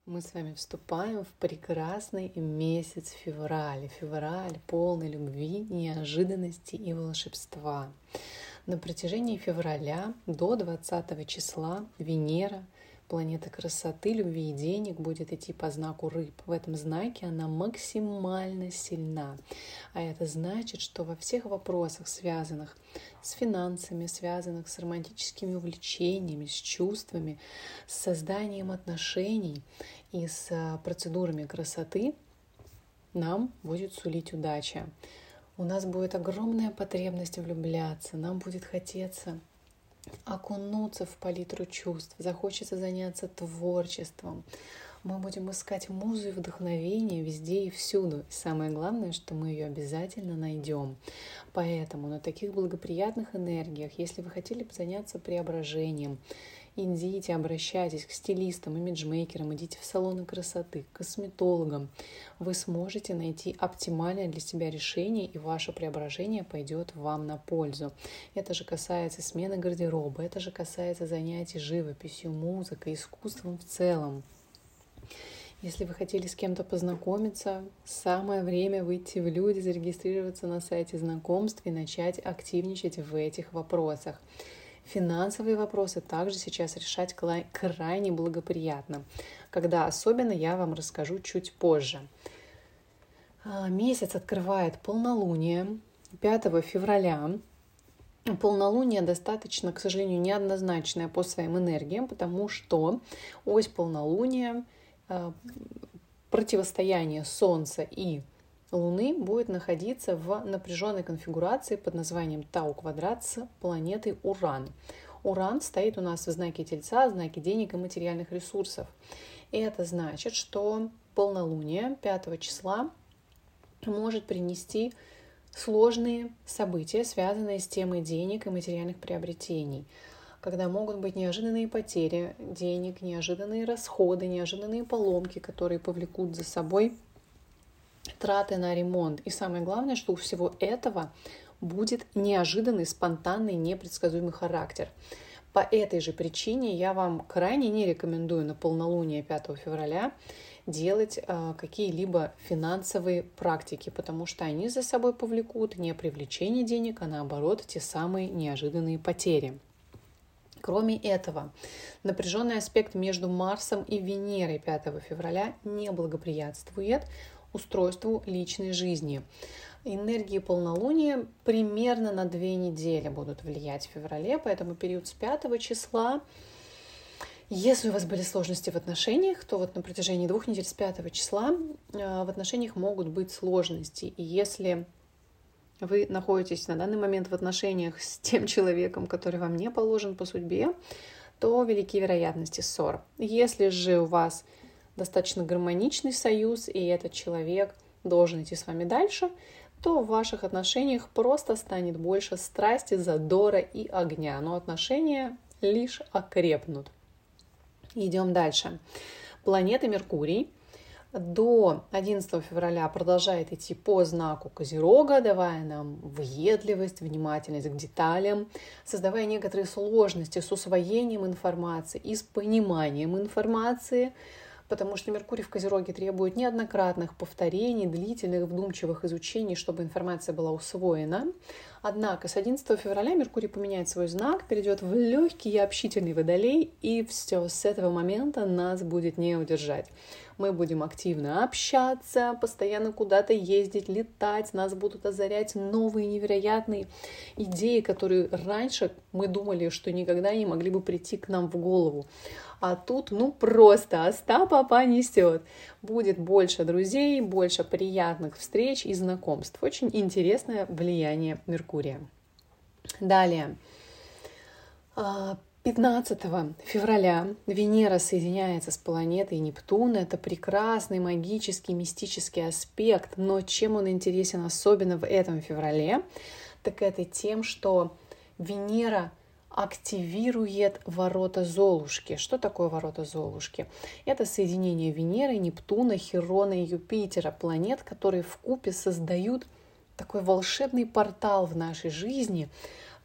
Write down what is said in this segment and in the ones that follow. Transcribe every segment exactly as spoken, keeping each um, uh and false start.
Мы с вами вступаем в прекрасный месяц февраль. Февраль полный любви, неожиданности и волшебства. На протяжении февраля до двадцатого числа Венера, планета красоты, любви и денег, будет идти по знаку Рыб. В этом знаке она максимально сильна. А это значит, что во всех вопросах, связанных с финансами, связанных с романтическими увлечениями, с чувствами, с созданием отношений и с процедурами красоты, нам будет сулить удача. У нас будет огромная потребность влюбляться, нам будет хотеться окунуться в палитру чувств, захочется заняться творчеством. Мы будем искать музу и вдохновение везде и всюду. И самое главное, что мы ее обязательно найдем. Поэтому на таких благоприятных энергиях, если вы хотели бы заняться преображением, идите, обращайтесь к стилистам, имиджмейкерам, идите в салоны красоты, к косметологам. Вы сможете найти оптимальное для себя решение, и ваше преображение пойдет вам на пользу. Это же касается смены гардероба, это же касается занятий живописью, музыкой, искусством в целом. Если вы хотели с кем-то познакомиться, самое время выйти в люди, зарегистрироваться на сайте знакомств и начать активничать в этих вопросах. Финансовые вопросы также сейчас решать крайне благоприятно, когда особенно я вам расскажу чуть позже. Месяц открывает полнолуние пятого февраля. Полнолуние достаточно, к сожалению, неоднозначное по своим энергиям, потому что ось полнолуния, противостояние Солнца и Луны будет находиться в напряженной конфигурации под названием Тау-квадрат с планетой Уран. Уран стоит у нас в знаке Тельца, в знаке денег и материальных ресурсов. И это значит, что полнолуние пятого числа может принести сложные события, связанные с темой денег и материальных приобретений, когда могут быть неожиданные потери денег, неожиданные расходы, неожиданные поломки, которые повлекут за собой траты на ремонт. И самое главное, что у всего этого будет неожиданный, спонтанный, непредсказуемый характер. По этой же причине я вам крайне не рекомендую на полнолуние пятого февраля делать э, какие-либо финансовые практики, потому что они за собой повлекут не привлечение денег, а наоборот те самые неожиданные потери. Кроме этого, напряженный аспект между Марсом и Венерой пятого февраля не благоприятствует устройству личной жизни. Энергии полнолуния примерно на две недели будут влиять в феврале, поэтому период с пятого числа. Если у вас были сложности в отношениях, то вот на протяжении двух недель с пятого числа в отношениях могут быть сложности. И если вы находитесь на данный момент в отношениях с тем человеком, который вам не положен по судьбе, то велики вероятности ссор. Если же у вас достаточно гармоничный союз, и этот человек должен идти с вами дальше, то в ваших отношениях просто станет больше страсти, задора и огня. Но отношения лишь окрепнут. Идем дальше. Планета Меркурий до одиннадцатого февраля продолжает идти по знаку Козерога, давая нам въедливость, внимательность к деталям, создавая некоторые сложности с усвоением информации и с пониманием информации, потому что Меркурий в Козероге требует неоднократных повторений, длительных, вдумчивых изучений, чтобы информация была усвоена. Однако с одиннадцатого февраля Меркурий поменяет свой знак, перейдет в легкий и общительный Водолей, и все, с этого момента нас будет не удержать. Мы будем активно общаться, постоянно куда-то ездить, летать, нас будут озарять новые невероятные идеи, которые раньше мы думали, что никогда не могли бы прийти к нам в голову. А тут, ну просто, Остапа понесет. Будет больше друзей, больше приятных встреч и знакомств. Очень интересное влияние Меркурия. Далее. пятнадцатого февраля Венера соединяется с планетой Нептун. Это прекрасный магический, мистический аспект. Но чем он интересен особенно в этом феврале, так это тем, что Венера активирует ворота Золушки. Что такое ворота Золушки? Это соединение Венеры, Нептуна, Хирона и Юпитера, планет, которые вкупе создают такой волшебный портал в нашей жизни,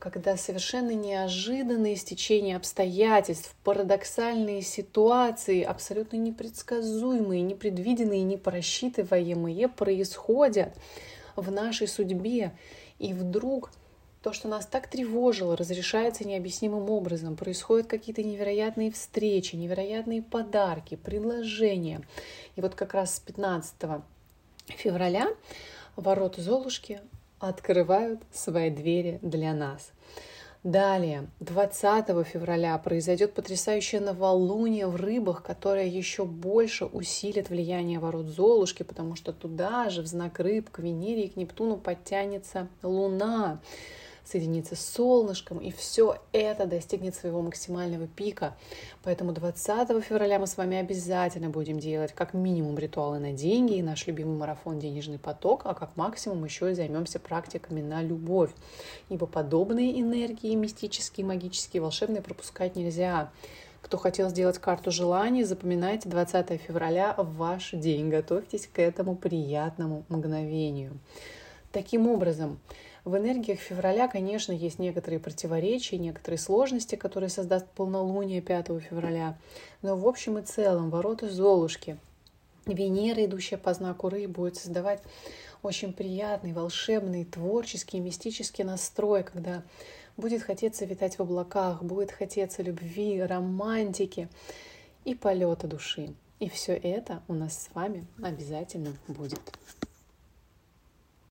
когда совершенно неожиданные стечения обстоятельств, парадоксальные ситуации, абсолютно непредсказуемые, непредвиденные, непросчитываемые происходят в нашей судьбе. И вдруг то, что нас так тревожило, разрешается необъяснимым образом. Происходят какие-то невероятные встречи, невероятные подарки, предложения. И вот как раз с пятнадцатого февраля ворота Золушки открывают свои двери для нас. Далее, двадцатого февраля произойдет потрясающее новолуние в Рыбах, которое еще больше усилит влияние ворот Золушки, потому что туда же, в знак Рыб, к Венере и к Нептуну подтянется Луна, соединится с солнышком, и все это достигнет своего максимального пика. Поэтому двадцатого февраля мы с вами обязательно будем делать как минимум ритуалы на деньги и наш любимый марафон «Денежный поток», а как максимум еще и займемся практиками на любовь. Ибо подобные энергии, мистические, магические, волшебные, пропускать нельзя. Кто хотел сделать карту желаний, запоминайте двадцатого февраля в ваш день. Готовьтесь к этому приятному мгновению. Таким образом, в энергиях февраля, конечно, есть некоторые противоречия, некоторые сложности, которые создаст полнолуние пятого февраля. Но в общем и целом ворота Золушки, Венера, идущая по знаку Рыб, будет создавать очень приятный, волшебный, творческий, мистический настрой, когда будет хотеться витать в облаках, будет хотеться любви, романтики и полета души. И все это у нас с вами обязательно будет.